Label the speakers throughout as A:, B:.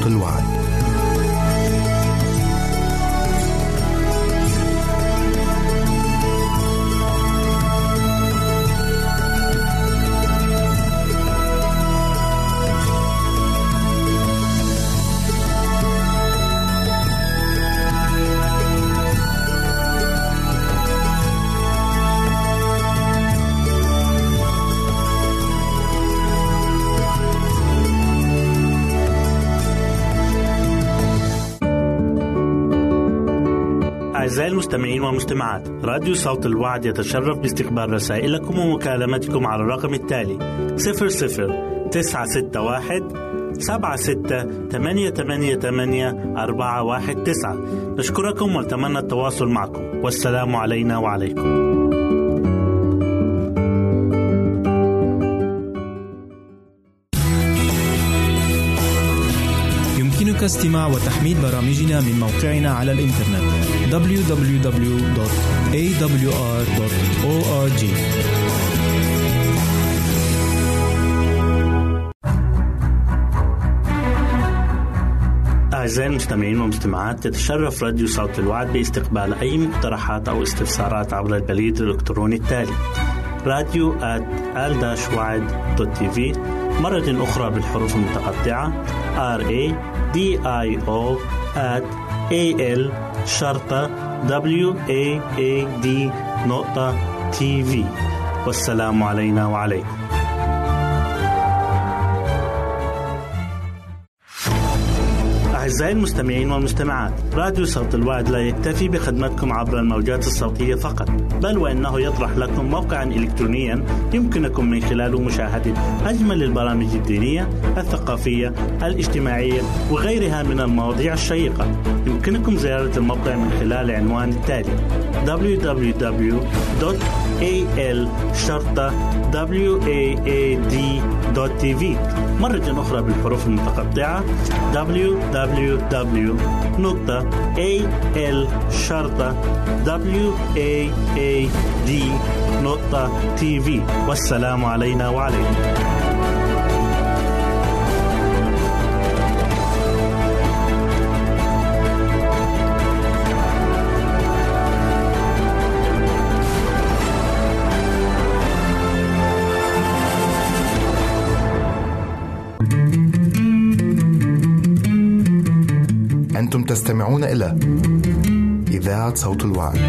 A: الوعد.
B: أعزائي المستمعين والمستمعات، راديو صوت الوعد يتشرف باستقبال رسائلكم ومكالمتكم على الرقم التالي 00-961-76-88-419. نشكركم ونتمنى التواصل معكم، والسلام علينا وعليكم.
C: يمكنك استماع وتحميل برامجنا من موقعنا على الإنترنت www.awr.org.
B: أعزائي المستمعين والمستمعات، تتشرف راديو صوت الوعد باستقبال أي مقترحات أو استفسارات عبر البريد الإلكتروني التالي radio@al-wad.tv، مرة أخرى بالحروف المتقطعة radio@al-wad.tv. والسلام علينا وعليكم. أعزائي المستمعين والمستمعات، راديو صوت الوعد لا يكتفي بخدمتكم عبر الموجات الصوتية فقط، بل وإنه يطرح لكم موقعا إلكترونيا يمكنكم من خلاله مشاهدة أجمل البرامج الدينية، الثقافية، الاجتماعية وغيرها من المواضيع الشيقة. يمكنكم زيارة الموقع من خلال عنوان التالي www.al-wad.tv، مرة أخرى بالحروف المتقطعة www.al-wad.tv. والسلام علينا وعليكم.
A: أنتم تستمعون إلى إذاعة صوت الوعد.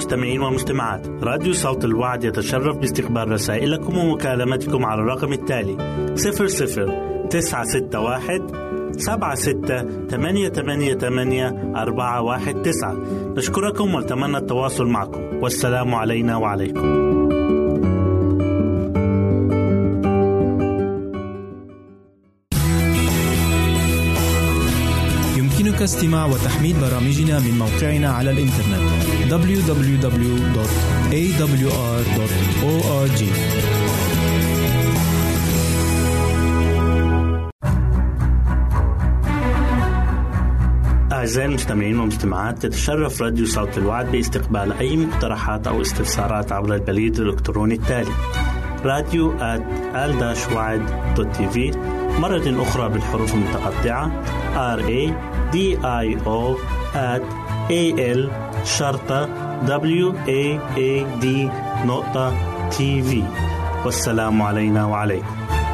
B: المستمعين والمستمعات، راديو صوت الوعد يتشرف باستقبال رسائلكم ومكالمتكم على الرقم التالي 00-961-76-88-419. نشكركم ونتمنى التواصل معكم، والسلام علينا وعليكم.
C: يمكنك استماع وتحميل برامجنا من موقعنا على الإنترنت www.awr.org.
B: أعزائي المستمعين والمستمعات، تتشرف راديو صوت الوعد باستقبال أي مقترحات أو استفسارات عبر البريد الإلكتروني التالي radio@al-wad.tv، مرة أخرى بالحروف المتقطعة radio@al-wad.tv. والسلام علينا وعليكم.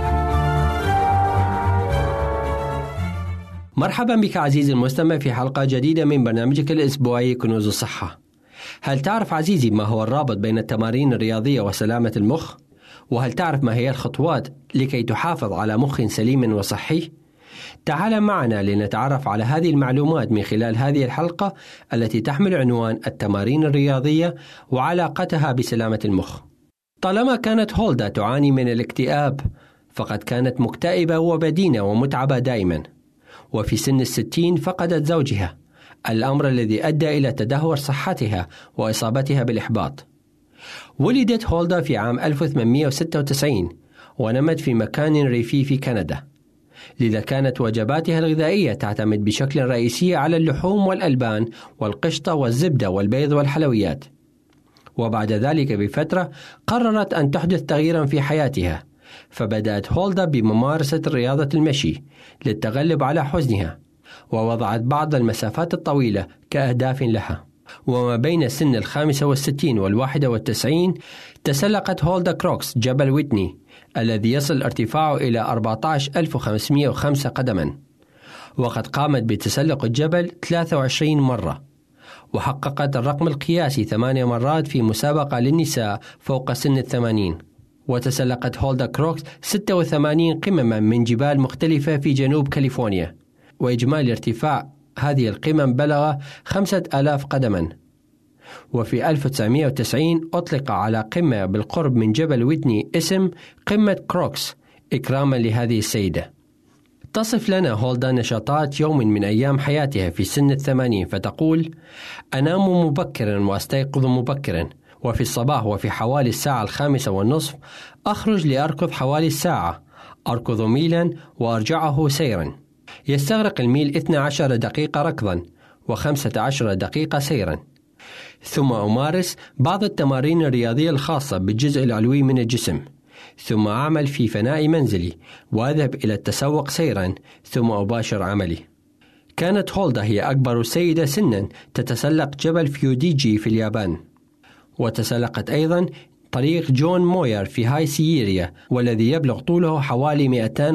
D: مرحبا بك عزيزي المستمع في حلقة جديدة من برنامجك الأسبوعي كنوز الصحة. هل تعرف عزيزي ما هو الرابط بين التمارين الرياضية وسلامة المخ؟ وهل تعرف ما هي الخطوات لكي تحافظ على مخ سليم وصحي؟ تعال معنا لنتعرف على هذه المعلومات من خلال هذه الحلقة التي تحمل عنوان التمارين الرياضية وعلاقتها بسلامة المخ. طالما كانت هولدا تعاني من الاكتئاب، فقد كانت مكتئبة وبدينة ومتعبة دائما، وفي سن 60 فقدت زوجها، الأمر الذي أدى إلى تدهور صحتها وإصابتها بالإحباط. ولدت هولدا في عام 1896 ونمت في مكان ريفي في كندا، لذا كانت وجباتها الغذائية تعتمد بشكل رئيسي على اللحوم والألبان والقشطة والزبدة والبيض والحلويات. وبعد ذلك بفترة قررت أن تحدث تغييرا في حياتها، فبدأت هولدا بممارسة رياضة المشي للتغلب على حزنها، ووضعت بعض المسافات الطويلة كأهداف لها. وما بين سن 65 و91 تسلقت هولدا كروكس جبل ويتني الذي يصل ارتفاعه إلى 14,505 قدما، وقد قامت بتسلق الجبل 23 مرة، وحققت الرقم القياسي 8 مرات في مسابقة للنساء فوق سن 80. وتسلقت هولدا كروكس 86 قمما من جبال مختلفة في جنوب كاليفورنيا، وإجمالي ارتفاع هذه القمم بلغ 5,000 قدما. وفي 1990 أطلق على قمة بالقرب من جبل ويتني اسم قمة كروكس إكراما لهذه السيدة. تصف لنا هولدا نشاطات يوم من أيام حياتها في سن 80، فتقول: أنام مبكرا وأستيقظ مبكرا، وفي الصباح وفي حوالي الساعة 5:30 أخرج لأركض حوالي الساعة، أركض ميلا وأرجعه سيرا، يستغرق الميل 12 دقيقة ركضا و15 دقيقة سيرا، ثم أمارس بعض التمارين الرياضية الخاصة بالجزء العلوي من الجسم، ثم أعمل في فناء منزلي وأذهب إلى التسوق سيرا، ثم أباشر عملي. كانت هولدا هي أكبر سيدة سنا تتسلق جبل فيوديجي في اليابان، وتسلقت أيضا طريق جون موير في هاي سييريا والذي يبلغ طوله حوالي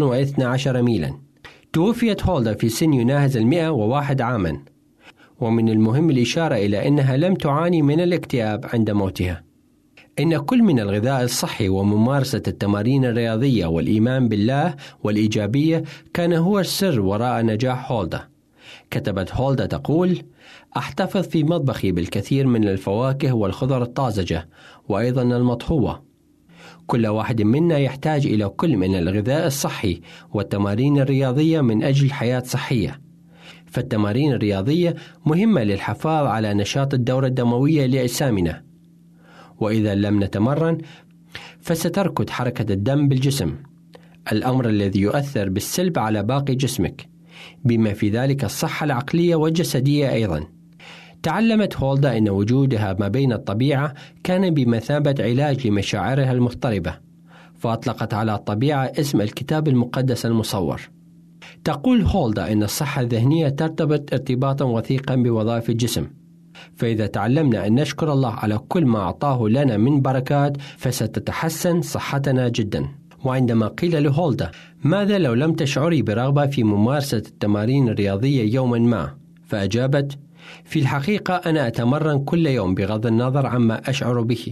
D: 212 ميلا. توفيت هولدا في سن يناهز 101 عاما، ومن المهم الإشارة إلى أنها لم تعاني من الاكتئاب عند موتها. إن كل من الغذاء الصحي وممارسة التمارين الرياضية والإيمان بالله والإيجابية كان هو السر وراء نجاح هولدا. كتبت هولدا تقول: أحتفظ في مطبخي بالكثير من الفواكه والخضر الطازجة وأيضا المطهوة. كل واحد منا يحتاج إلى كل من الغذاء الصحي والتمارين الرياضية من أجل حياة صحية. فالتمارين الرياضية مهمة للحفاظ على نشاط الدورة الدموية لأجسامنا، وإذا لم نتمرن فستركض حركة الدم بالجسم، الأمر الذي يؤثر بالسلب على باقي جسمك، بما في ذلك الصحة العقلية والجسدية أيضا. تعلمت هولدا أن وجودها ما بين الطبيعة كان بمثابة علاج لمشاعرها المضطربة، فأطلقت على الطبيعة اسم الكتاب المقدس المصور. تقول هولدا أن الصحة الذهنية ترتبط ارتباطا وثيقا بوظائف الجسم، فإذا تعلمنا أن نشكر الله على كل ما أعطاه لنا من بركات فستتحسن صحتنا جدا. وعندما قيل لهولدا: ماذا لو لم تشعري برغبة في ممارسة التمارين الرياضية يوما ما؟ فأجابت: في الحقيقة أنا أتمرن كل يوم بغض النظر عما أشعر به،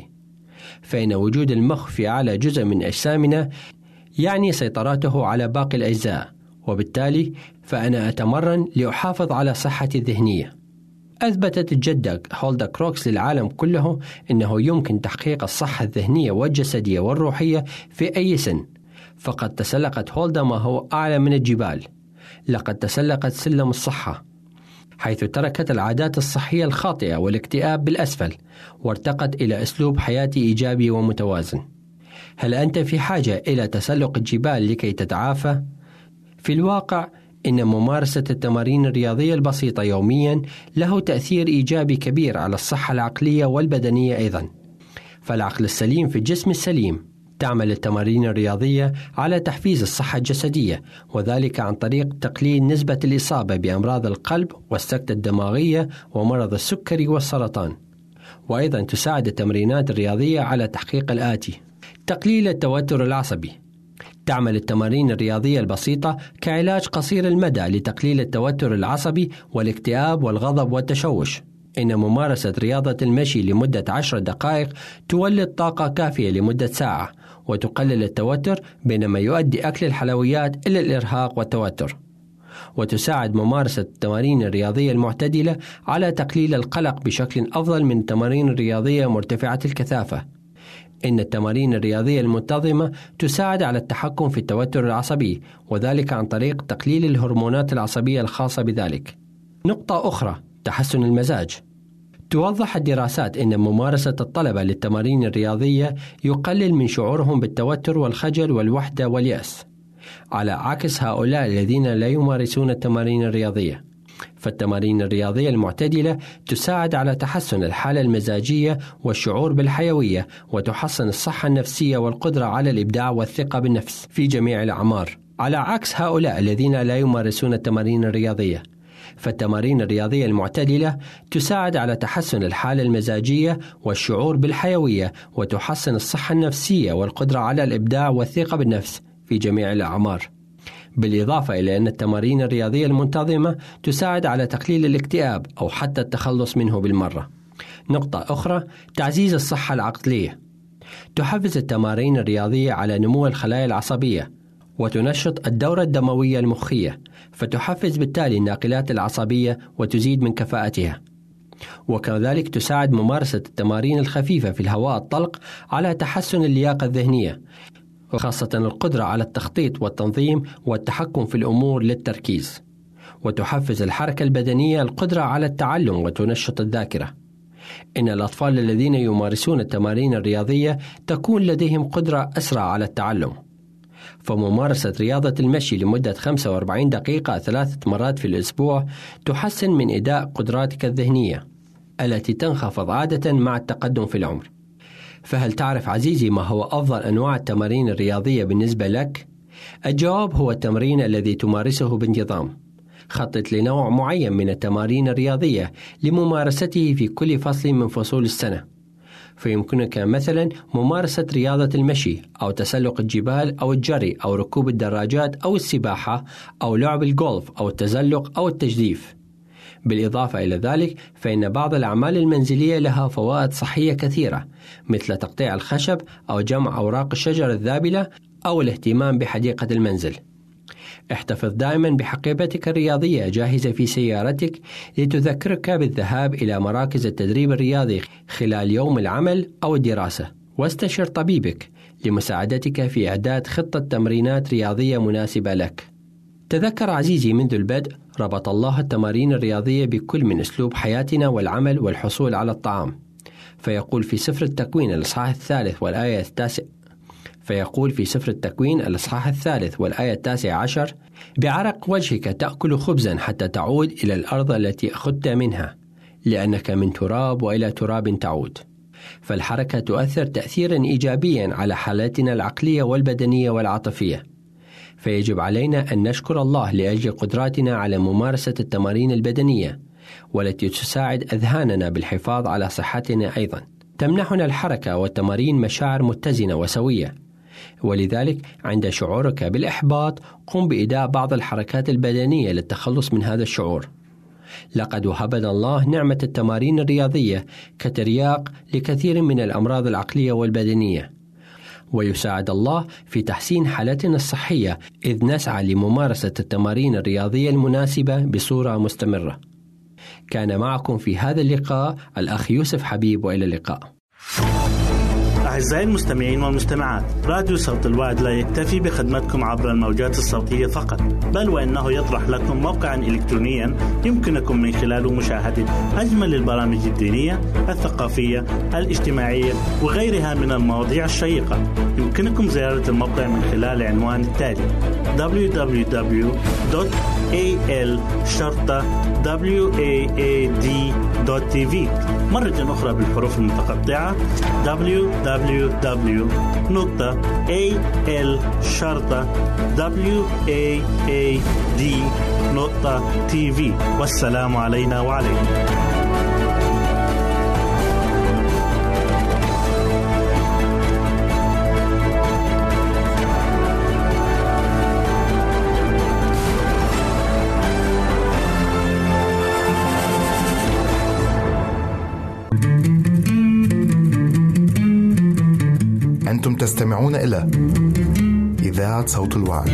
D: فإن وجود المخ في أعلى جزء من أجسامنا يعني سيطرته على باقي الأجزاء، وبالتالي فأنا أتمرن لأحافظ على صحتي الذهنية. أثبتت الجدة هولدا كروكس للعالم كله أنه يمكن تحقيق الصحة الذهنية والجسدية والروحية في أي سن، فقد تسلقت هولدا ما هو أعلى من الجبال. لقد تسلقت سلم الصحة، حيث تركت العادات الصحية الخاطئة والاكتئاب بالأسفل، وارتقت إلى أسلوب حياة إيجابي ومتوازن. هل أنت في حاجة إلى تسلق الجبال لكي تتعافى؟ في الواقع إن ممارسة التمارين الرياضية البسيطة يوميا له تأثير إيجابي كبير على الصحة العقلية والبدنية أيضا، فالعقل السليم في الجسم السليم. تعمل التمارين الرياضية على تحفيز الصحة الجسدية، وذلك عن طريق تقليل نسبة الإصابة بأمراض القلب والسكتة الدماغية ومرض السكري والسرطان. وأيضا تساعد التمرينات الرياضية على تحقيق الآتي: تقليل التوتر العصبي. تعمل التمارين الرياضية البسيطة كعلاج قصير المدى لتقليل التوتر العصبي والاكتئاب والغضب والتشوش. إن ممارسة رياضة المشي لمدة 10 دقائق تولد طاقة كافية لمدة ساعة وتقلل التوتر، بينما يؤدي أكل الحلويات إلى الإرهاق والتوتر. وتساعد ممارسة التمارين الرياضية المعتدلة على تقليل القلق بشكل أفضل من التمارين الرياضية مرتفعة الكثافة. إن التمارين الرياضية المنتظمة تساعد على التحكم في التوتر العصبي، وذلك عن طريق تقليل الهرمونات العصبية الخاصة بذلك. نقطة أخرى: تحسن المزاج. توضح الدراسات أن ممارسة الطلبة للتمارين الرياضية يقلل من شعورهم بالتوتر والخجل والوحدة واليأس، على عكس هؤلاء الذين لا يمارسون التمارين الرياضية. فالتمارين الرياضية المعتدلة تساعد على تحسن الحالة المزاجية والشعور بالحيوية، وتحسن الصحة النفسية والقدرة على الإبداع والثقة بالنفس في جميع الأعمار، على عكس هؤلاء الذين لا يمارسون التمارين الرياضية. فالتمارين الرياضية المعتدلة تساعد على تحسن الحالة المزاجية والشعور بالحيوية، وتحسن الصحة النفسية والقدرة على الإبداع والثقة بالنفس في جميع الأعمار. بالإضافة إلى أن التمارين الرياضية المنتظمة تساعد على تقليل الاكتئاب أو حتى التخلص منه بالمرة. نقطة أخرى: تعزيز الصحة العقلية. تحفز التمارين الرياضية على نمو الخلايا العصبية، وتنشط الدورة الدموية المخية، فتحفز بالتالي الناقلات العصبية وتزيد من كفاءتها. وكذلك تساعد ممارسة التمارين الخفيفة في الهواء الطلق على تحسن اللياقة الذهنية، وخاصة القدرة على التخطيط والتنظيم والتحكم في الأمور للتركيز. وتحفز الحركة البدنية القدرة على التعلم وتنشط الذاكرة. إن الأطفال الذين يمارسون التمارين الرياضية تكون لديهم قدرة أسرع على التعلم. فممارسة رياضة المشي لمدة 45 دقيقة 3 مرات في الأسبوع تحسن من أداء قدراتك الذهنية التي تنخفض عادة مع التقدم في العمر. فهل تعرف عزيزي ما هو أفضل أنواع التمارين الرياضية بالنسبة لك؟ الجواب هو التمرين الذي تمارسه بانتظام. خطط لنوع معين من التمارين الرياضية لممارسته في كل فصل من فصول السنة. فيمكنك مثلا ممارسة رياضة المشي أو تسلق الجبال أو الجري أو ركوب الدراجات أو السباحة أو لعب الجولف أو التزلق أو التجديف. بالإضافة إلى ذلك فإن بعض الأعمال المنزلية لها فوائد صحية كثيرة، مثل تقطيع الخشب أو جمع أوراق الشجر الذابلة أو الاهتمام بحديقة المنزل. احتفظ دائما بحقيبتك الرياضية جاهزة في سيارتك لتذكرك بالذهاب إلى مراكز التدريب الرياضي خلال يوم العمل أو الدراسة. واستشر طبيبك لمساعدتك في إعداد خطة تمرينات رياضية مناسبة لك. تذكر عزيزي منذ البدء ربط الله التمارين الرياضية بكل من أسلوب حياتنا والعمل والحصول على الطعام. فيقول في سفر التكوين الإصحاح 3 والآية 9 فيقول في سفر التكوين الإصحاح 3 والآية 19: بعرق وجهك تأكل خبزا حتى تعود إلى الأرض التي أخذت منها، لأنك من تراب وإلى تراب تعود. فالحركة تؤثر تأثيرا إيجابيا على حالتنا العقلية والبدنية والعاطفية. فيجب علينا أن نشكر الله لأجل قدراتنا على ممارسة التمارين البدنية، والتي تساعد أذهاننا بالحفاظ على صحتنا أيضا. تمنحنا الحركة والتمارين مشاعر متزنة وسوية، ولذلك عند شعورك بالإحباط قم بإداء بعض الحركات البدنية للتخلص من هذا الشعور. لقد وهبنا الله نعمة التمارين الرياضية كترياق لكثير من الأمراض العقلية والبدنية، ويساعد الله في تحسين حالتنا الصحية إذ نسعى لممارسة التمارين الرياضية المناسبة بصورة مستمرة. كان معكم في هذا اللقاء الأخ يوسف حبيب، وإلى اللقاء.
B: أعزائي المستمعين والمستمعات، راديو صوت الوعد لا يكتفي بخدمتكم عبر الموجات الصوتية فقط، بل وإنه يطرح لكم موقعا إلكترونيا يمكنكم من خلاله مشاهدة أجمل البرامج الدينية، الثقافية، الاجتماعية وغيرها من المواضيع الشيقة. يمكنكم زيارة الموقع من خلال العنوان التالي: www.al-waad.tv. مرة أخرى بالحروف المتقطعة: www.al-waad.tv. والسلام علينا وعليكم.
A: أنتم تستمعون إلى إذاعة صوت الوعد.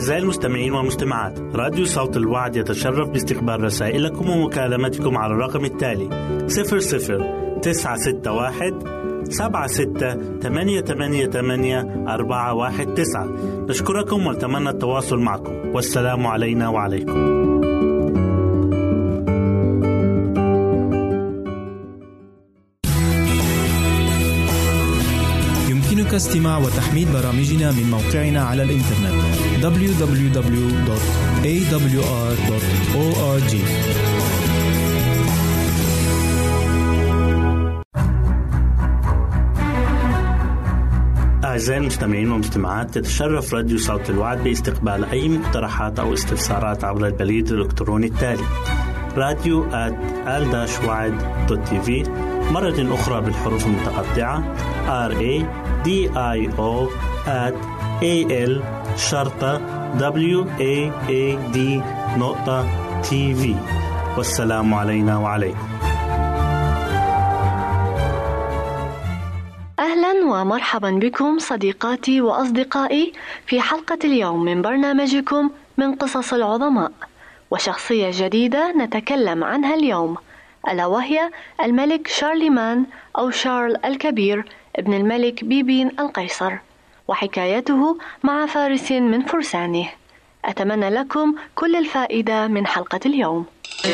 B: أعزائي المستمعين والمستمعات، راديو صوت الوعد يتشرف باستقبال رسائلكم ومكالمتكم على الرقم التالي 00-961-76-88-419. نشكركم ونتمنى التواصل معكم، والسلام علينا وعليكم.
C: يمكنك استماع وتحميل برامجنا من موقعنا على الإنترنت www.awr.org.
B: أعزائي المستمعين والمستمعات، تتشرف راديو صوت الوعد باستقبال أي مقترحات أو استفسارات عبر البريد الإلكتروني التالي radio@al-wad.tv، مرة أخرى بالحروف المتقطعة radio@al-wad.tv. والسلام علينا وعليكم.
E: أهلا ومرحبا بكم صديقاتي وأصدقائي في حلقة اليوم من برنامجكم من قصص العظماء، وشخصية جديدة نتكلم عنها اليوم، ألا وهي الملك شارلمان أو شارل الكبير ابن الملك بيبين القيصر، وحكايته مع فارس من فرسانه. أتمنى لكم كل الفائدة من حلقة اليوم.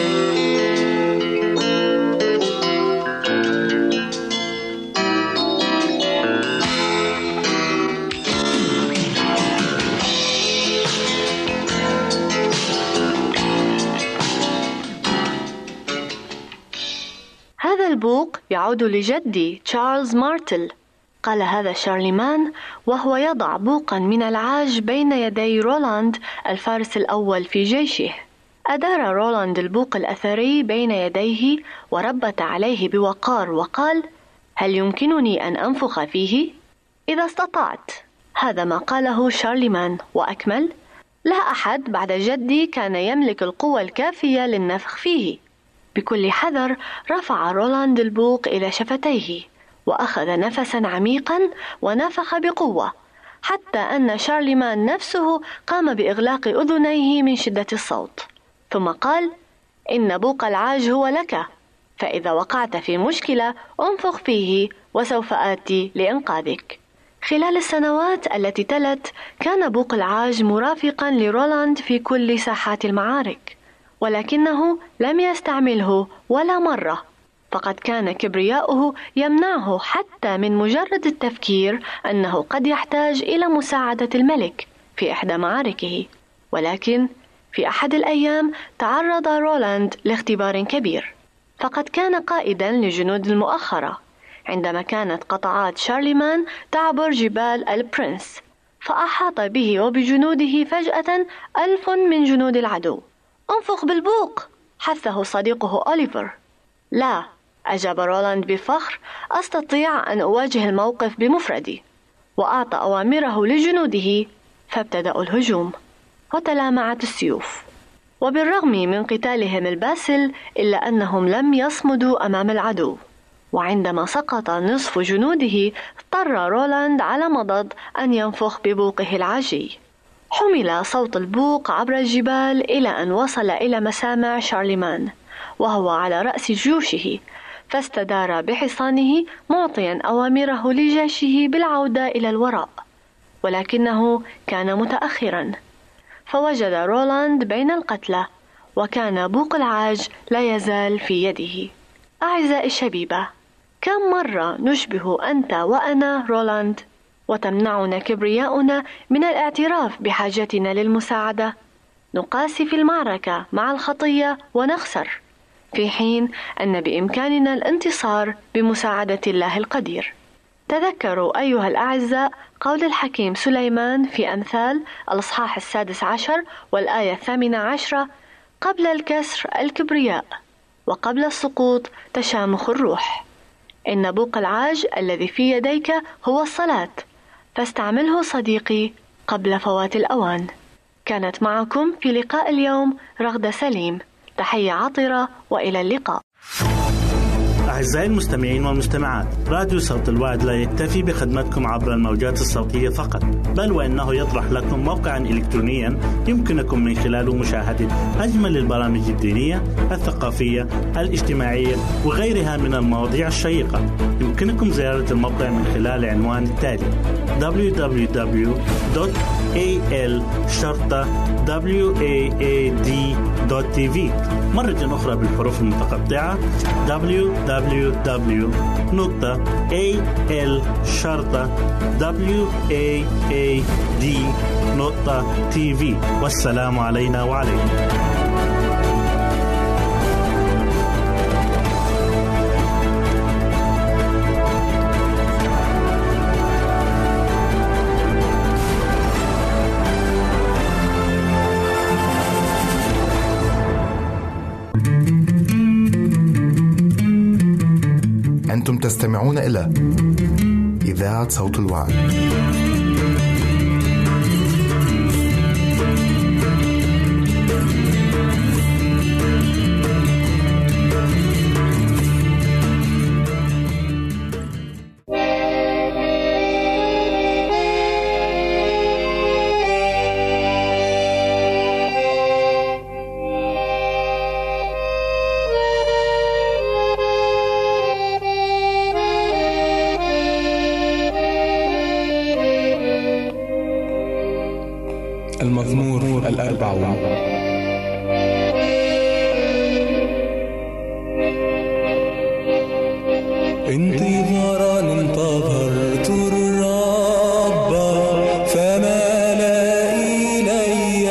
E: هذا البوق يعود لجدي تشارلز مارتل. قال هذا شارلمان وهو يضع بوقا من العاج بين يدي رولاند الفارس الأول في جيشه. أدار رولاند البوق الأثري بين يديه وربت عليه بوقار وقال: هل يمكنني أن أنفخ فيه؟ إذا استطعت. هذا ما قاله شارلمان، وأكمل: لا أحد بعد جدي كان يملك القوة الكافية للنفخ فيه. بكل حذر رفع رولاند البوق إلى شفتيه وأخذ نفسا عميقا ونفخ بقوة، حتى أن شارلمان نفسه قام بإغلاق أذنيه من شدة الصوت، ثم قال: إن بوق العاج هو لك، فإذا وقعت في مشكلة أنفخ فيه وسوف آتي لإنقاذك. خلال السنوات التي تلت كان بوق العاج مرافقا لرولاند في كل ساحات المعارك، ولكنه لم يستعمله ولا مرة، فقد كان كبرياؤه يمنعه حتى من مجرد التفكير أنه قد يحتاج إلى مساعدة الملك في إحدى معاركه. ولكن في أحد الأيام تعرض رولاند لاختبار كبير، فقد كان قائدا لجنود المؤخرة عندما كانت قطعات شارلمان تعبر جبال البرنس، فأحاط به وبجنوده فجأة 1000 من جنود العدو. انفخ بالبوق، حثه صديقه أوليفر. لا، أجاب رولاند بفخر، أستطيع أن أواجه الموقف بمفردي. وأعطى أوامره لجنوده، فابتدأوا الهجوم وتلامعت السيوف. وبالرغم من قتالهم الباسل إلا أنهم لم يصمدوا أمام العدو، وعندما سقط نصف جنوده اضطر رولاند على مضض أن ينفخ ببوقه العاجي. حمل صوت البوق عبر الجبال إلى أن وصل إلى مسامع شارلمان وهو على رأس جيوشه، فاستدار بحصانه معطيا أوامره لجيشه بالعودة إلى الوراء، ولكنه كان متأخرا، فوجد رولاند بين القتلى، وكان بوق العاج لا يزال في يده. أعزائي الشبيبة، كم مرة نشبه أنت وأنا رولاند، وتمنعنا كبرياؤنا من الاعتراف بحاجتنا للمساعدة؟ نقاسي في المعركة مع الخطية ونخسر، في حين أن بإمكاننا الانتصار بمساعدة الله القدير. تذكروا أيها الأعزاء قول الحكيم سليمان في أمثال الإصحاح 16 والآية 18: قبل الكسر الكبرياء، وقبل السقوط تشامخ الروح. إن بوق العاج الذي في يديك هو الصلاة، فاستعمله صديقي قبل فوات الأوان. كانت معكم في لقاء اليوم رغدة سليم. تحية عطرة وإلى اللقاء.
B: أعزائي المستمعين والمستمعات، راديو صوت الوعد لا يكتفي بخدمتكم عبر الموجات الصوتية فقط، بل وإنه يطرح لكم موقعا إلكترونيا يمكنكم من خلاله مشاهدة أجمل البرامج الدينية، الثقافية، الاجتماعية وغيرها من المواضيع الشيقة. يمكنكم زيارة الموقع من خلال العنوان التالي: www.al-waad.tv. مرة أخرى بالحروف المتقطعة: www.al-waad.tv. والسلام علينا وعليكم.
A: أنتم تستمعون إلى إذاعة صوت الوعد.
F: المزمور 40. انتظارا انتظرت الرب فمال إلي،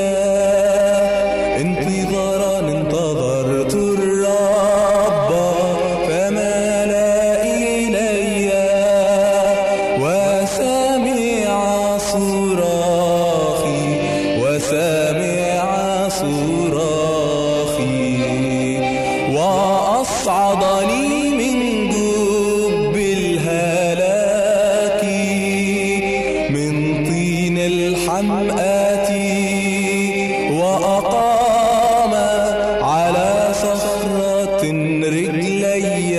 F: انتظارا انتظرت الرب فمال إلي، وسمع صراخي وأصعدني من جب الهلاك، من طين الحمآت، وأقام على صخرة رجلي،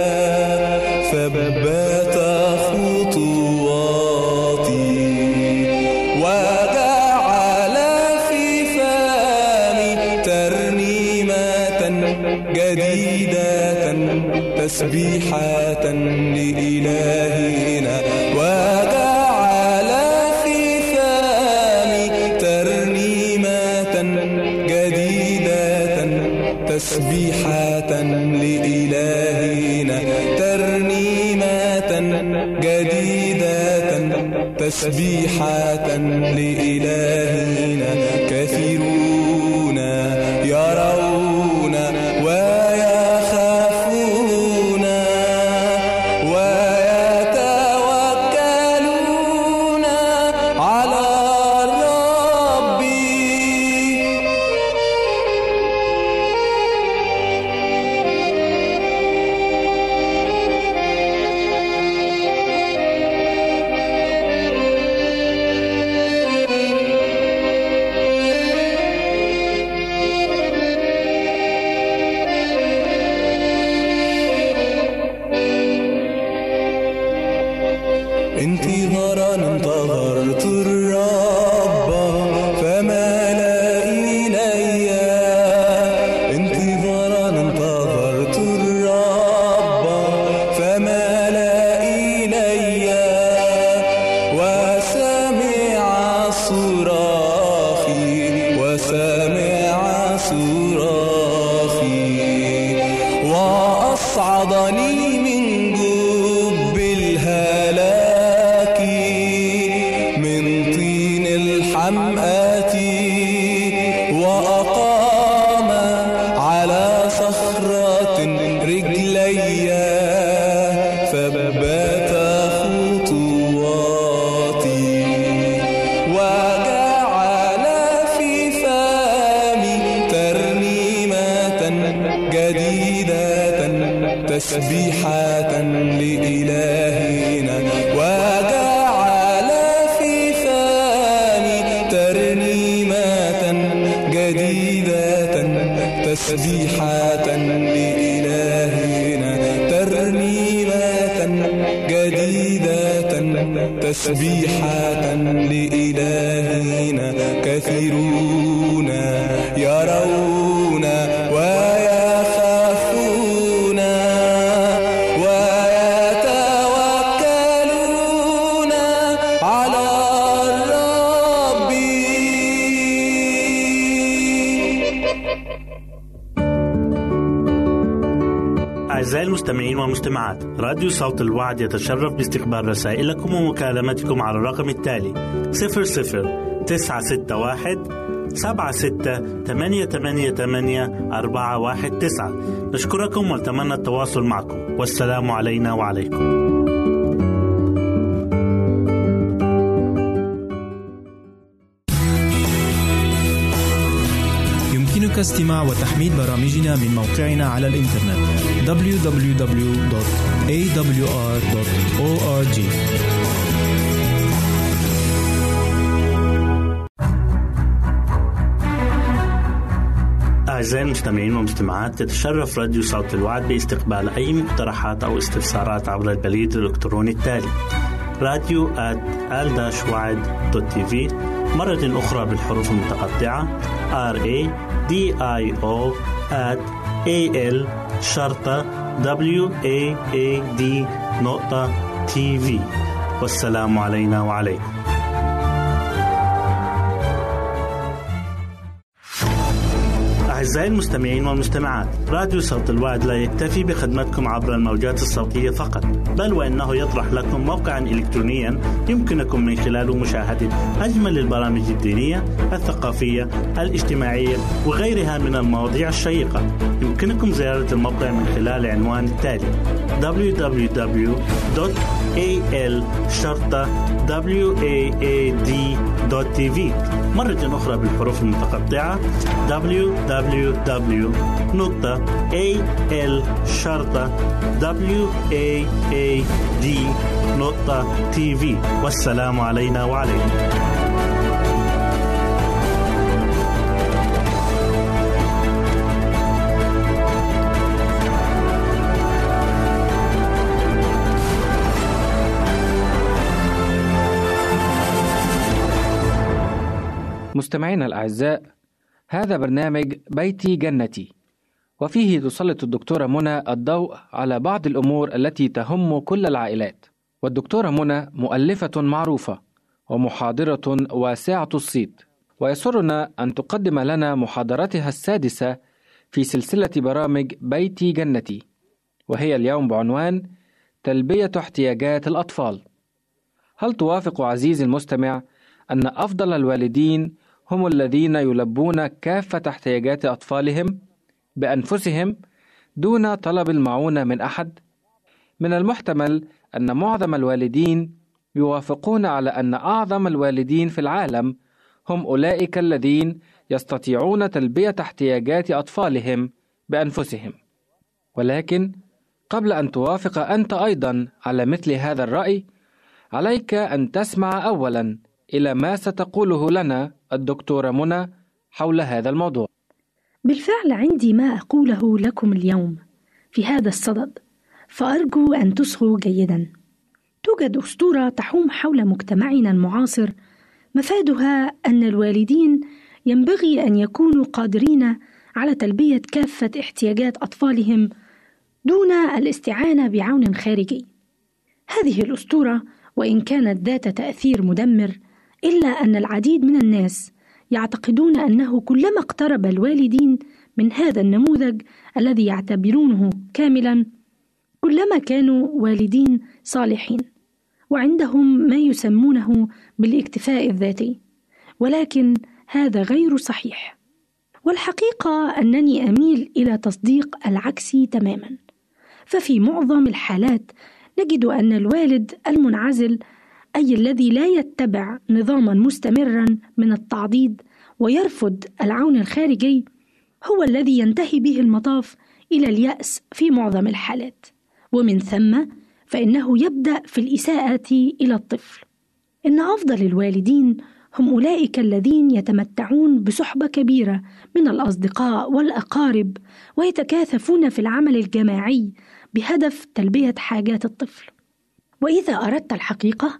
F: ثبت خطواتي، وجعل في فمي ترنيمة جديدة، تسبيحة لإلهنا، وجعل في فمي ترنيمة جديدة، تسبيحة لإلهنا، ترنيمة جديدة، تسبيحة لإلهنا. كثيرون يرون ويخافون ويتوكلون على الرب. انتظارا انتظرت الرب فمال إلي، انتظارا انتظرت الرب فمال إلي، وسمع صراخي وأصعدني من جب الهلاك، من طين الحمآت، وأقام على صخرة رجلي، ثبت خطواتي، وجعل في فمي ترنيمة جديدة، تسبيحة لإلهنا، وجعل في فمي ترنيمة جديدة، تسبيحة لإلهنا، ترنيمة تسبيحة لإلهنا كثيرون يرون ويخافون ويتوكلون على الرب.
B: أعزائي المستمعين والمستمعات، راديو صوت الوعد يتشرف باستقبال رسائلكم ومكالمتكم على الرقم التالي 00-961-76-88-419. نشكركم ونتمنى التواصل معكم، والسلام علينا وعليكم.
C: يمكنك استماع وتحميل برامجنا من موقعنا على الإنترنت www.awr.org.
B: أعزائي المستمعين والمستمعات، تتشرف راديو صوت الوعد باستقبال أي مقترحات أو استفسارات عبر البريد الإلكتروني التالي radio@al-wad.tv، مرة أخرى بالحروف المتقطعة radio@al-wad.tv. والسلام علينا وعليكم. أعزائي المستمعين والمستمعات، راديو صوت الوعد لا يكتفي بخدمتكم عبر الموجات الصوتية فقط، بل وإنه يطرح لكم موقعا إلكترونيا يمكنكم من خلاله مشاهدة أجمل البرامج الدينية، الثقافية، الاجتماعية وغيرها من المواضيع الشيقة. يمكنكم زيارة الموقع من خلال عنوان التالي www.al-wad.tv، مرة أخرى بالحروف المتقطعة www.al-wad.tv. والسلام علينا وعليكم.
G: مستمعينا الأعزاء، هذا برنامج بيتي جنتي، وفيه تسلط الدكتورة منى الضوء على بعض الأمور التي تهم كل العائلات. والدكتورة منى مؤلفة معروفة ومحاضرة واسعة الصيت، ويسرنا أن تقدم لنا محاضرتها السادسة في سلسلة برامج بيتي جنتي، وهي اليوم بعنوان تلبية احتياجات الأطفال. هل توافق عزيزي المستمع أن أفضل الوالدين هم الذين يلبون كافة احتياجات أطفالهم بأنفسهم دون طلب المعونة من أحد؟ من المحتمل أن معظم الوالدين يوافقون على أن أعظم الوالدين في العالم هم أولئك الذين يستطيعون تلبية احتياجات أطفالهم بأنفسهم. ولكن قبل أن توافق أنت أيضا على مثل هذا الرأي، عليك أن تسمع أولا إلى ما ستقوله لنا الدكتورة منى حول هذا الموضوع.
H: بالفعل عندي ما أقوله لكم اليوم في هذا الصدد، فأرجو أن تصغوا جيدا. توجد أسطورة تحوم حول مجتمعنا المعاصر، مفادها أن الوالدين ينبغي أن يكونوا قادرين على تلبية كافة احتياجات أطفالهم دون الاستعانة بعون خارجي. هذه الأسطورة وإن كانت ذات تأثير مدمر، إلا أن العديد من الناس يعتقدون أنه كلما اقترب الوالدين من هذا النموذج الذي يعتبرونه كاملا، كلما كانوا والدين صالحين وعندهم ما يسمونه بالاكتفاء الذاتي. ولكن هذا غير صحيح، والحقيقة أنني أميل إلى تصديق العكسي تماما. ففي معظم الحالات نجد أن الوالد المنعزل، أي الذي لا يتبع نظاما مستمرا من التعضيد ويرفض العون الخارجي، هو الذي ينتهي به المطاف إلى اليأس في معظم الحالات، ومن ثم فإنه يبدأ في الإساءة إلى الطفل. إن أفضل الوالدين هم أولئك الذين يتمتعون بصحبة كبيرة من الأصدقاء والأقارب، ويتكاثفون في العمل الجماعي بهدف تلبية حاجات الطفل. وإذا أردت الحقيقة،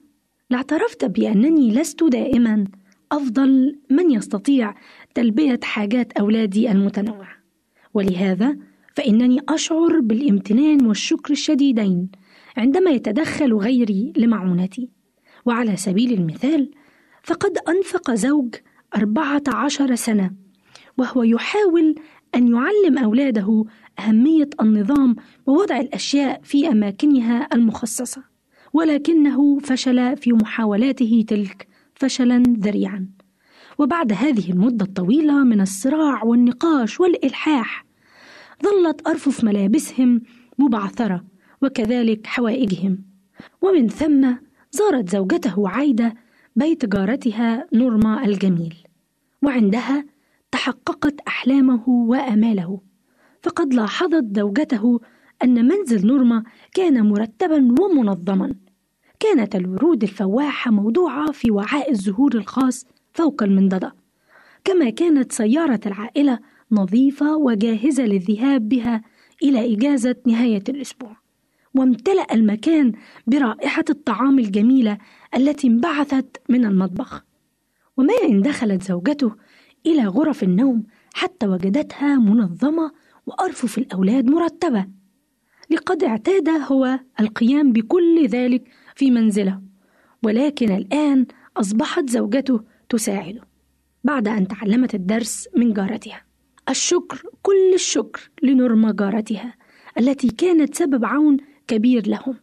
H: لاعترفت بأنني لست دائما أفضل من يستطيع تلبية حاجات أولادي المتنوعة، ولهذا فإنني أشعر بالامتنان والشكر الشديدين عندما يتدخل غيري لمعونتي. وعلى سبيل المثال فقد أنفق زوج 14 سنة وهو يحاول أن يعلم أولاده أهمية النظام ووضع الأشياء في أماكنها المخصصة، ولكنه فشل في محاولاته تلك فشلا ذريعا. وبعد هذه المدة الطويلة من الصراع والنقاش والإلحاح ظلت أرفف ملابسهم مبعثرة وكذلك حوائجهم. ومن ثم زارت زوجته عايدة بيت جارتها نورما الجميل، وعندها تحققت أحلامه وآماله، فقد لاحظت زوجته أن منزل نورما كان مرتبا ومنظما. كانت الورود الفواحة موضوعة في وعاء الزهور الخاص فوق المنضدة، كما كانت سيارة العائلة نظيفة وجاهزة للذهاب بها إلى إجازة نهاية الأسبوع. وامتلأ المكان برائحة الطعام الجميلة التي انبعثت من المطبخ. وما إن دخلت زوجته إلى غرف النوم حتى وجدتها منظمة وأرفف الأولاد مرتبة، لقد اعتاد هو القيام بكل ذلك في منزله، ولكن الآن أصبحت زوجته تساعده بعد أن تعلمت الدرس من جارتها. الشكر، كل الشكر لنورما جارتها التي كانت سبب عون كبير لهم،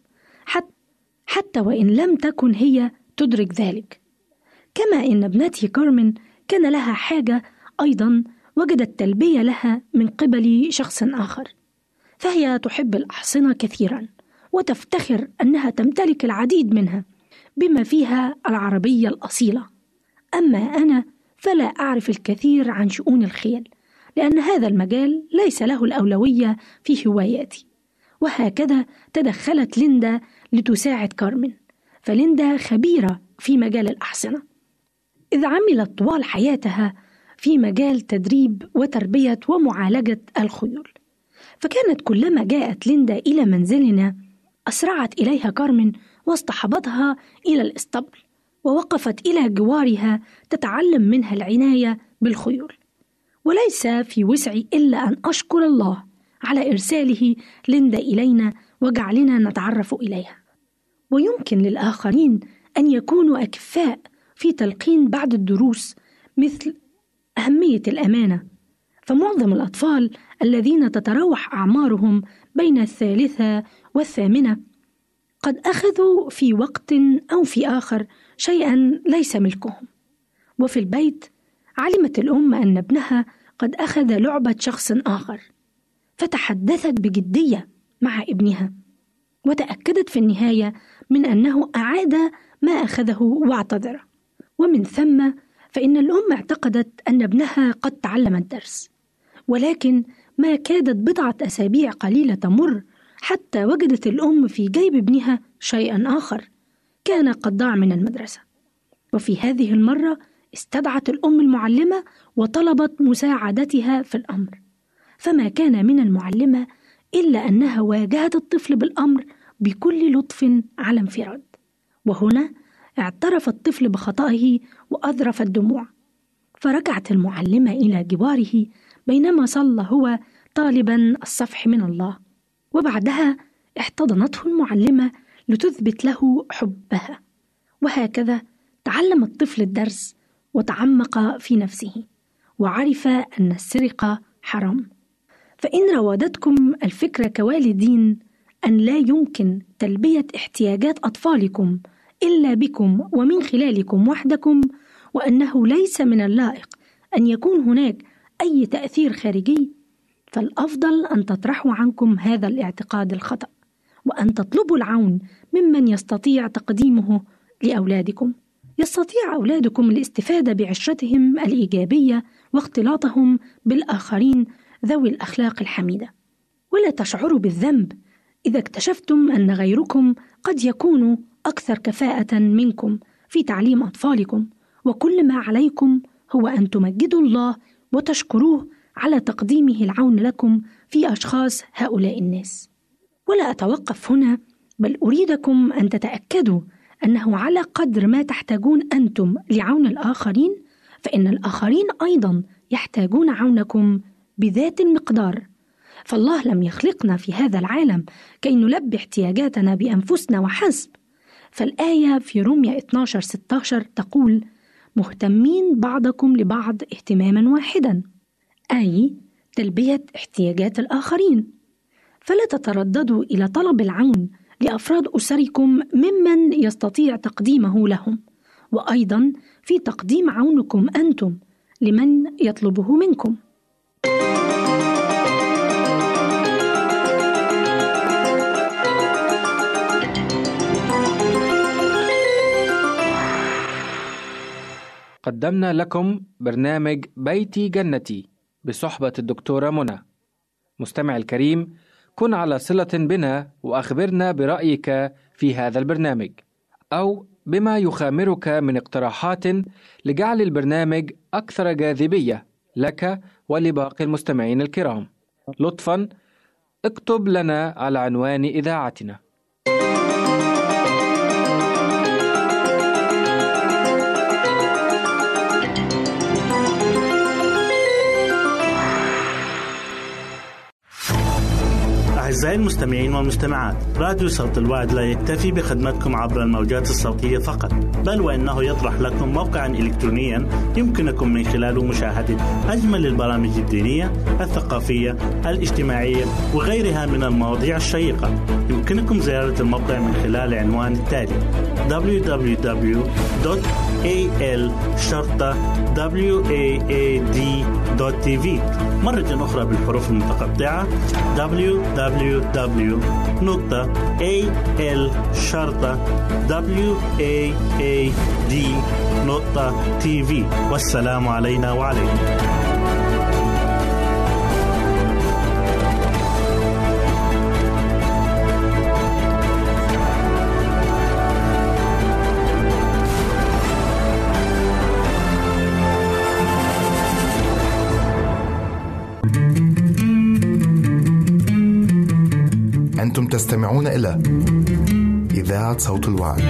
H: حتى وإن لم تكن هي تدرك ذلك. كما إن ابنتي كارمن كان لها حاجة أيضا وجدت تلبية لها من قبل شخص آخر، فهي تحب الأحصنة كثيرا وتفتخر أنها تمتلك العديد منها بما فيها العربية الأصيلة. أما أنا فلا أعرف الكثير عن شؤون الخيل، لأن هذا المجال ليس له الأولوية في هواياتي. وهكذا تدخلت ليندا لتساعد كارمن، فليندا خبيرة في مجال الأحصنة، إذ عملت طوال حياتها في مجال تدريب وتربية ومعالجة الخيول. فكانت كلما جاءت ليندا إلى منزلنا أسرعت إليها كارمن واصطحبتها إلى الإسطبل، ووقفت إلى جوارها تتعلم منها العناية بالخيول. وليس في وسعي إلا أن أشكر الله على إرساله ليندا إلينا وجعلنا نتعرف إليها. ويمكن للآخرين أن يكونوا أكفاء في تلقين بعض الدروس مثل أهمية الأمانة، فمعظم الأطفال الذين تتراوح أعمارهم بين 3 و8 قد أخذوا في وقت أو في آخر شيئا ليس ملكهم. وفي البيت علمت الأم أن ابنها قد أخذ لعبة شخص آخر، فتحدثت بجدية مع ابنها، وتأكدت في النهاية من أنه أعاد ما أخذه واعتذر. ومن ثم فإن الأم اعتقدت أن ابنها قد تعلم الدرس، ولكن ما كادت بضعة أسابيع قليلة تمر حتى وجدت الأم في جيب ابنها شيئا آخر كان قد ضاع من المدرسة. وفي هذه المرة استدعت الأم المعلمة وطلبت مساعدتها في الأمر، فما كان من المعلمة إلا أنها واجهت الطفل بالأمر بكل لطف على انفراد. وهنا اعترف الطفل بخطئه وأذرف الدموع، فرجعت المعلمة إلى جواره بينما صلى هو طالبا الصفح من الله، وبعدها احتضنته المعلمة لتثبت له حبها. وهكذا تعلم الطفل الدرس وتعمق في نفسه وعرف أن السرقة حرام. فإن راودتكم الفكرة كوالدين أن لا يمكن تلبية احتياجات أطفالكم إلا بكم ومن خلالكم وحدكم، وأنه ليس من اللائق أن يكون هناك أي تأثير خارجي، فالأفضل أن تطرحوا عنكم هذا الاعتقاد الخطأ، وأن تطلبوا العون ممن يستطيع تقديمه لأولادكم. يستطيع أولادكم الاستفادة بعشرتهم الإيجابية واختلاطهم بالآخرين ذوي الأخلاق الحميدة. ولا تشعروا بالذنب إذا اكتشفتم أن غيركم قد يكونوا أكثر كفاءة منكم في تعليم أطفالكم، وكل ما عليكم هو أن تمجدوا الله وتشكروه على تقديمه العون لكم في أشخاص هؤلاء الناس. ولا أتوقف هنا، بل أريدكم أن تتأكدوا أنه على قدر ما تحتاجون أنتم لعون الآخرين، فإن الآخرين أيضا يحتاجون عونكم بذات المقدار. فالله لم يخلقنا في هذا العالم كي نلبي احتياجاتنا بأنفسنا وحسب. فالآية في رومية 12-16 تقول: مهتمين بعضكم لبعض اهتماما واحدا، أي تلبية احتياجات الآخرين. فلا تترددوا إلى طلب العون لأفراد أسركم ممن يستطيع تقديمه لهم، وأيضا في تقديم عونكم أنتم لمن يطلبه منكم.
G: قدمنا لكم برنامج بيتي جنتي بصحبة الدكتورة منى. مستمع الكريم، كن على صلة بنا وأخبرنا برأيك في هذا البرنامج أو بما يخامرك من اقتراحات لجعل البرنامج أكثر جاذبية لك ولباقي المستمعين الكرام. لطفاً اكتب لنا على عنوان إذاعتنا.
B: أعزائي المستمعين والمستمعات، راديو صوت الوعد لا يكتفي بخدمتكم عبر الموجات الصوتية فقط، بل وإنه يطرح لكم موقعا إلكترونيا يمكنكم من خلاله مشاهدة أجمل البرامج الدينية، الثقافية، الاجتماعية وغيرها من المواضيع الشيقة. يمكنكم زيارة الموقع من خلال العنوان التالي: www.al-waad.tv. مرة أخرى بالحروف المتقطعة: www.al-waad.tv. والسلام علينا وعليكم.
A: أنتم تستمعون إلى إذاعة صوت الوعد.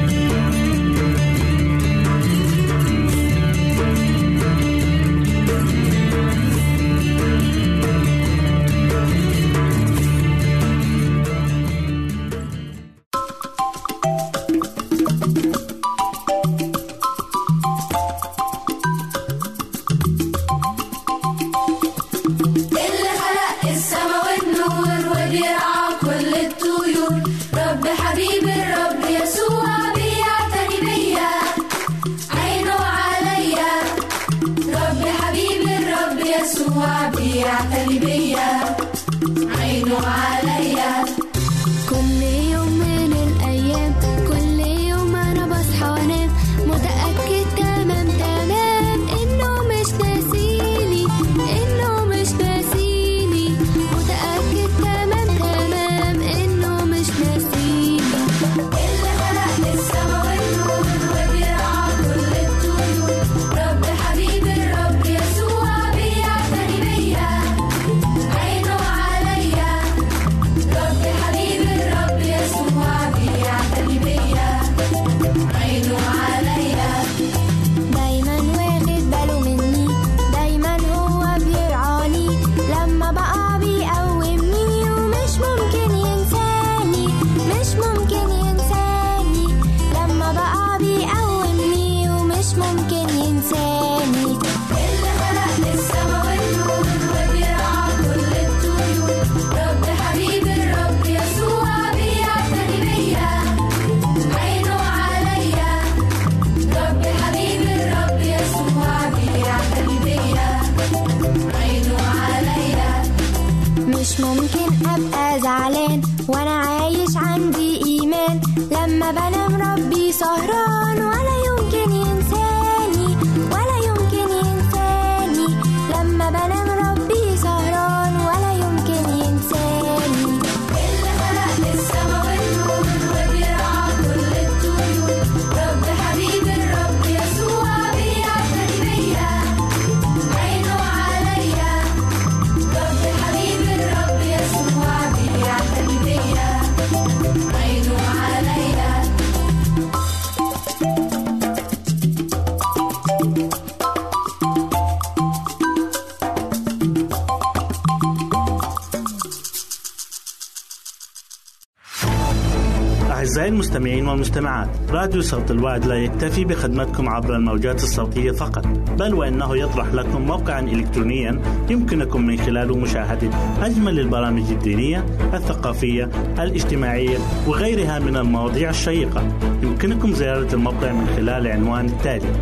B: أعزائي المستمعين والمستمعات، راديو صوت الوعد لا يكتفي بخدمتكم عبر الموجات الصوتية فقط، بل وإنه يطرح لكم موقعا إلكترونيا يمكنكم من خلاله مشاهدة أجمل البرامج الدينية، الثقافية، الاجتماعية وغيرها من المواضيع الشيقة. يمكنكم زيارة الموقع من خلال العنوان التالي: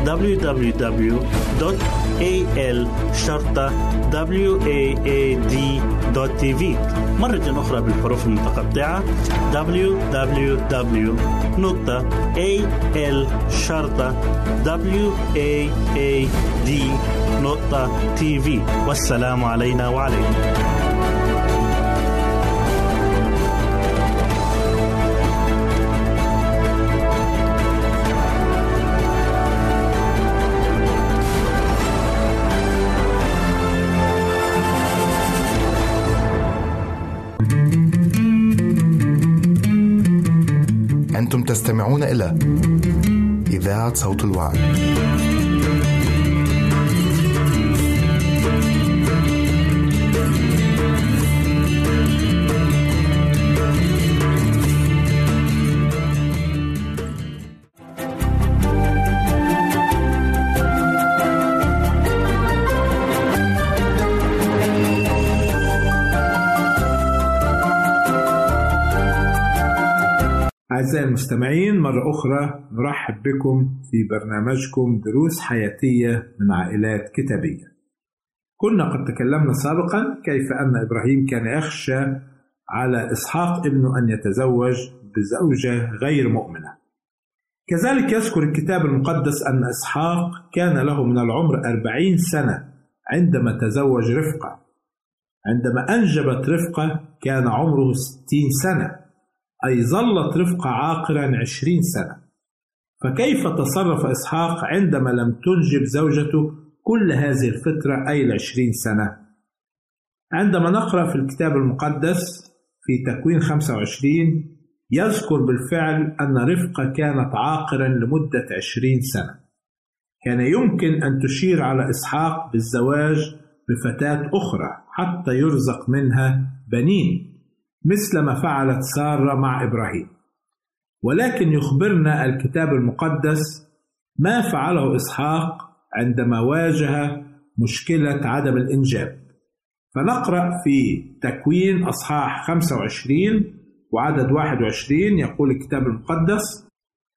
B: www.al-waad.tv. مرة أخرى بالحروف المتقطعة: www.al-waad.tv. والسلام علينا وعليكم.
A: أنتم تستمعون إلى إذاعة صوت الوعد.
I: أعزائي المستمعين، مرة أخرى نرحب بكم في برنامجكم دروس حياتية من عائلات كتابية. كنا قد تكلمنا سابقا كيف أن إبراهيم كان يخشى على إسحاق ابنه أن يتزوج بزوجة غير مؤمنة. كذلك يذكر الكتاب المقدس أن إسحاق كان له من العمر 40 سنة عندما تزوج رفقة. عندما أنجبت رفقة كان عمره 60 سنة، أي ظلت رفقة عاقرا 20 سنة. فكيف تصرف إسحاق عندما لم تنجب زوجته كل هذه الفترة أي 20 سنة؟ عندما نقرأ في الكتاب المقدس في تكوين 25 يذكر بالفعل أن رفقة كانت عاقرا لمدة 20 سنة. كان يمكن أن تشير على إسحاق بالزواج بفتاة أخرى حتى يرزق منها بنين، مثل ما فعلت سارة مع إبراهيم. ولكن يخبرنا الكتاب المقدس ما فعله إسحاق عندما واجه مشكلة عدم الإنجاب. فنقرأ في تكوين أصحاح 25 وعدد 21 يقول الكتاب المقدس: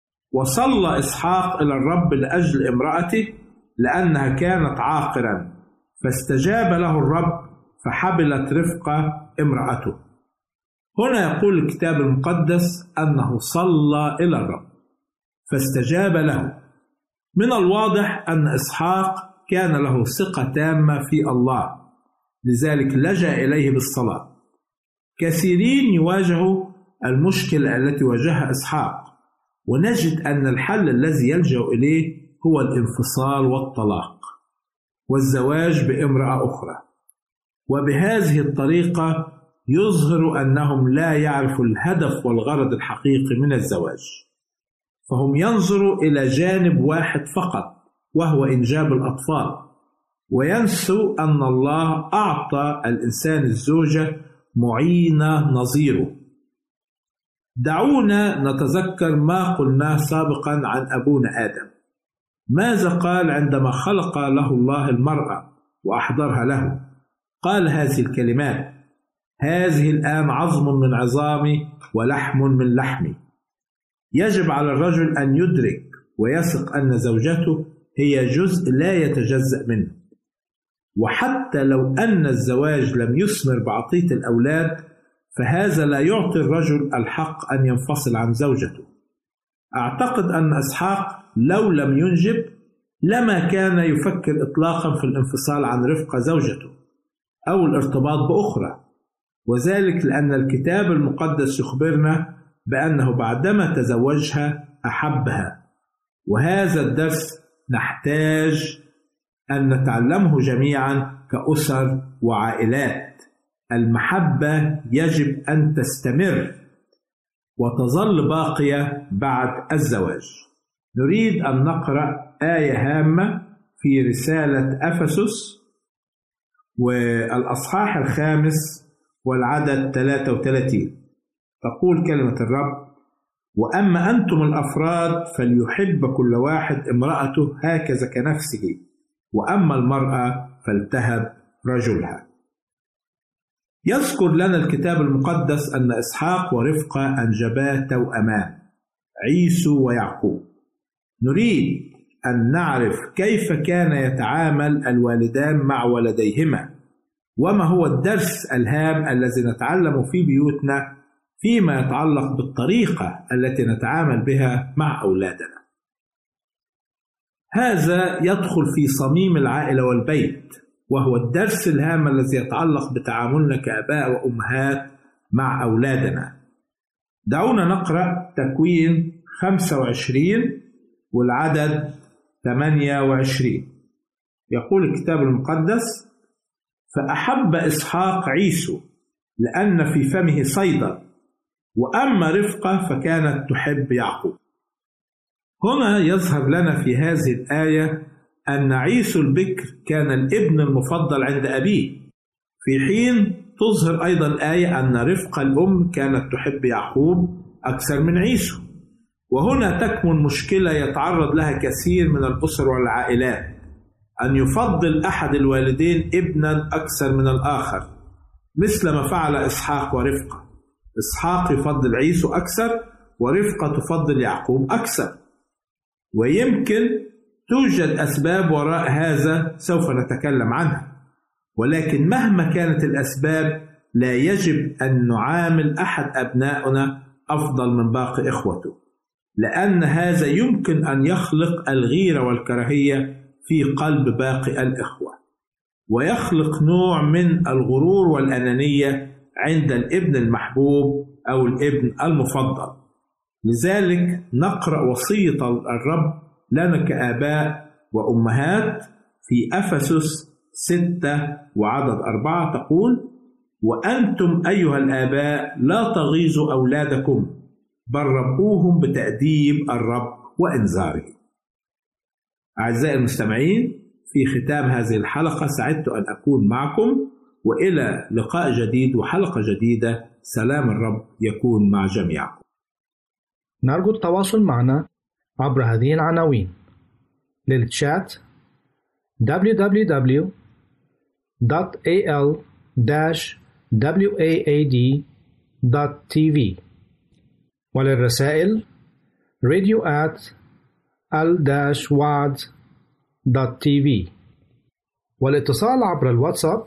I: وصلى إسحاق إلى الرب لأجل امرأته لأنها كانت عاقرا، فاستجاب له الرب فحبلت رفقة امرأته. هنا يقول الكتاب المقدس أنه صلى إلى الرب فاستجاب له. من الواضح أن إسحاق كان له ثقة تامة في الله، لذلك لجأ إليه بالصلاة. كثيرين يواجهوا المشكلة التي واجهها إسحاق، ونجد أن الحل الذي يلجأ إليه هو الانفصال والطلاق والزواج بامرأة أخرى. وبهذه الطريقة يظهر أنهم لا يعرفوا الهدف والغرض الحقيقي من الزواج، فهم ينظروا إلى جانب واحد فقط وهو إنجاب الأطفال، وينسوا أن الله أعطى الإنسان الزوجة معينة نظيره. دعونا نتذكر ما قلناه سابقا عن أبونا آدم. ماذا قال عندما خلق له الله المرأة وأحضرها له؟ قال هذه الكلمات: هذه الآن عظم من عظامي ولحم من لحمي. يجب على الرجل أن يدرك ويثق أن زوجته هي جزء لا يتجزأ منه، وحتى لو أن الزواج لم يثمر بعطية الأولاد فهذا لا يعطي الرجل الحق أن ينفصل عن زوجته. أعتقد أن إسحاق لو لم ينجب لما كان يفكر إطلاقا في الانفصال عن رفقة زوجته أو الارتباط بأخرى، وذلك لأن الكتاب المقدس يخبرنا بأنه بعدما تزوجها أحبها. وهذا الدرس نحتاج أن نتعلمه جميعا كأسر وعائلات. المحبة يجب أن تستمر وتظل باقية بعد الزواج. نريد أن نقرأ آية هامة في رسالة أفسس والأصحاح 5 والعدد 33. تقول كلمة الرب: وأما أنتم الأفراد فليحب كل واحد امرأته هكذا كنفسه، وأما المرأة فلتهب رجلها. يذكر لنا الكتاب المقدس أن إسحاق ورفقة أنجبا توأمان عيسو ويعقوب. نريد أن نعرف كيف كان يتعامل الوالدان مع ولديهما، وما هو الدرس الهام الذي نتعلم في بيوتنا فيما يتعلق بالطريقة التي نتعامل بها مع أولادنا. هذا يدخل في صميم العائلة والبيت، وهو الدرس الهام الذي يتعلق بتعاملنا كآباء وأمهات مع أولادنا. دعونا نقرأ تكوين 25 والعدد 28. يقول الكتاب المقدس: فأحب إسحاق عيسو لأن في فمه صيدا، وأما رفقة فكانت تحب يعقوب. هنا يظهر لنا في هذه الآية أن عيسو البكر كان الابن المفضل عند أبيه، في حين تظهر أيضا الآية أن رفقة الأم كانت تحب يعقوب أكثر من عيسو. وهنا تكمن مشكلة يتعرض لها كثير من الأسر والعائلات، أن يفضل أحد الوالدين ابنا أكثر من الآخر، مثل ما فعل إسحاق ورفقة. إسحاق يفضل عيسو أكثر، ورفقة تفضل يعقوب أكثر. ويمكن توجد أسباب وراء هذا سوف نتكلم عنها، ولكن مهما كانت الأسباب لا يجب أن نعامل أحد أبنائنا أفضل من باقي إخوته، لأن هذا يمكن أن يخلق الغيرة والكراهية في قلب باقي الإخوة، ويخلق نوع من الغرور والأنانية عند الابن المحبوب أو الابن المفضل. لذلك نقرأ وصية الرب لنا كآباء وأمهات في أفسس 6 وعدد 4 تقول: وأنتم أيها الآباء لا تغيظوا أولادكم، بل ربوهم بتأديب الرب وإنذاره. أعزائي المستمعين، في ختام هذه الحلقة سعدت أن أكون معكم، وإلى لقاء جديد وحلقة جديدة. سلام الرب يكون مع جميعكم.
J: نرجو التواصل معنا عبر هذه العناوين: للتشات www.al-waad.tv، وللرسائل radio@al-waad.tv، والاتصال عبر الواتساب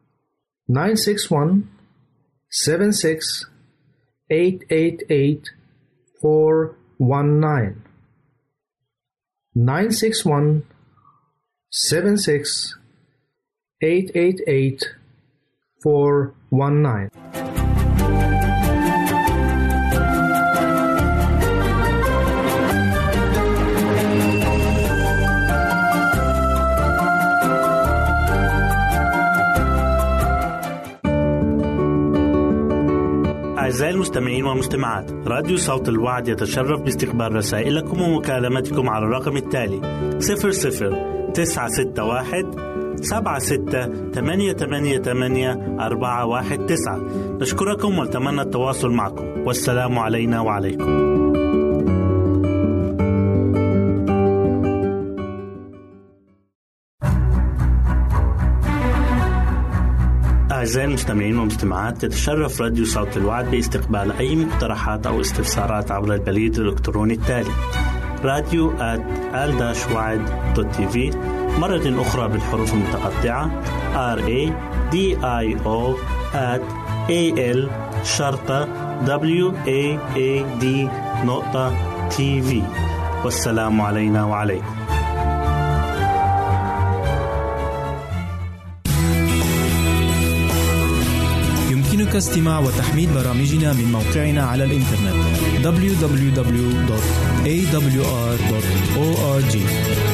J: 961-76-888-419 961-76-888-419.
B: أعزائي المستمعين والمستمعات، راديو صوت الوعد يتشرف باستقبال رسائلكم ومكالمتكم على الرقم التالي: 00-961-76-88-419. نشكركم ونتمنى التواصل معكم، والسلام علينا وعليكم. أعزائي المستمعين والمستمعات، تتشرف راديو صوت الوعد باستقبال أي مقترحات أو استفسارات عبر البريد الإلكتروني التالي: radio@al-waad.tv، مرة أخرى بالحروف المتقطعة radio@al-waad.tv. والسلام علينا وعليكم.
C: يمكنك استماع وتحميل برامجنا من موقعنا على الإنترنت www.awr.org.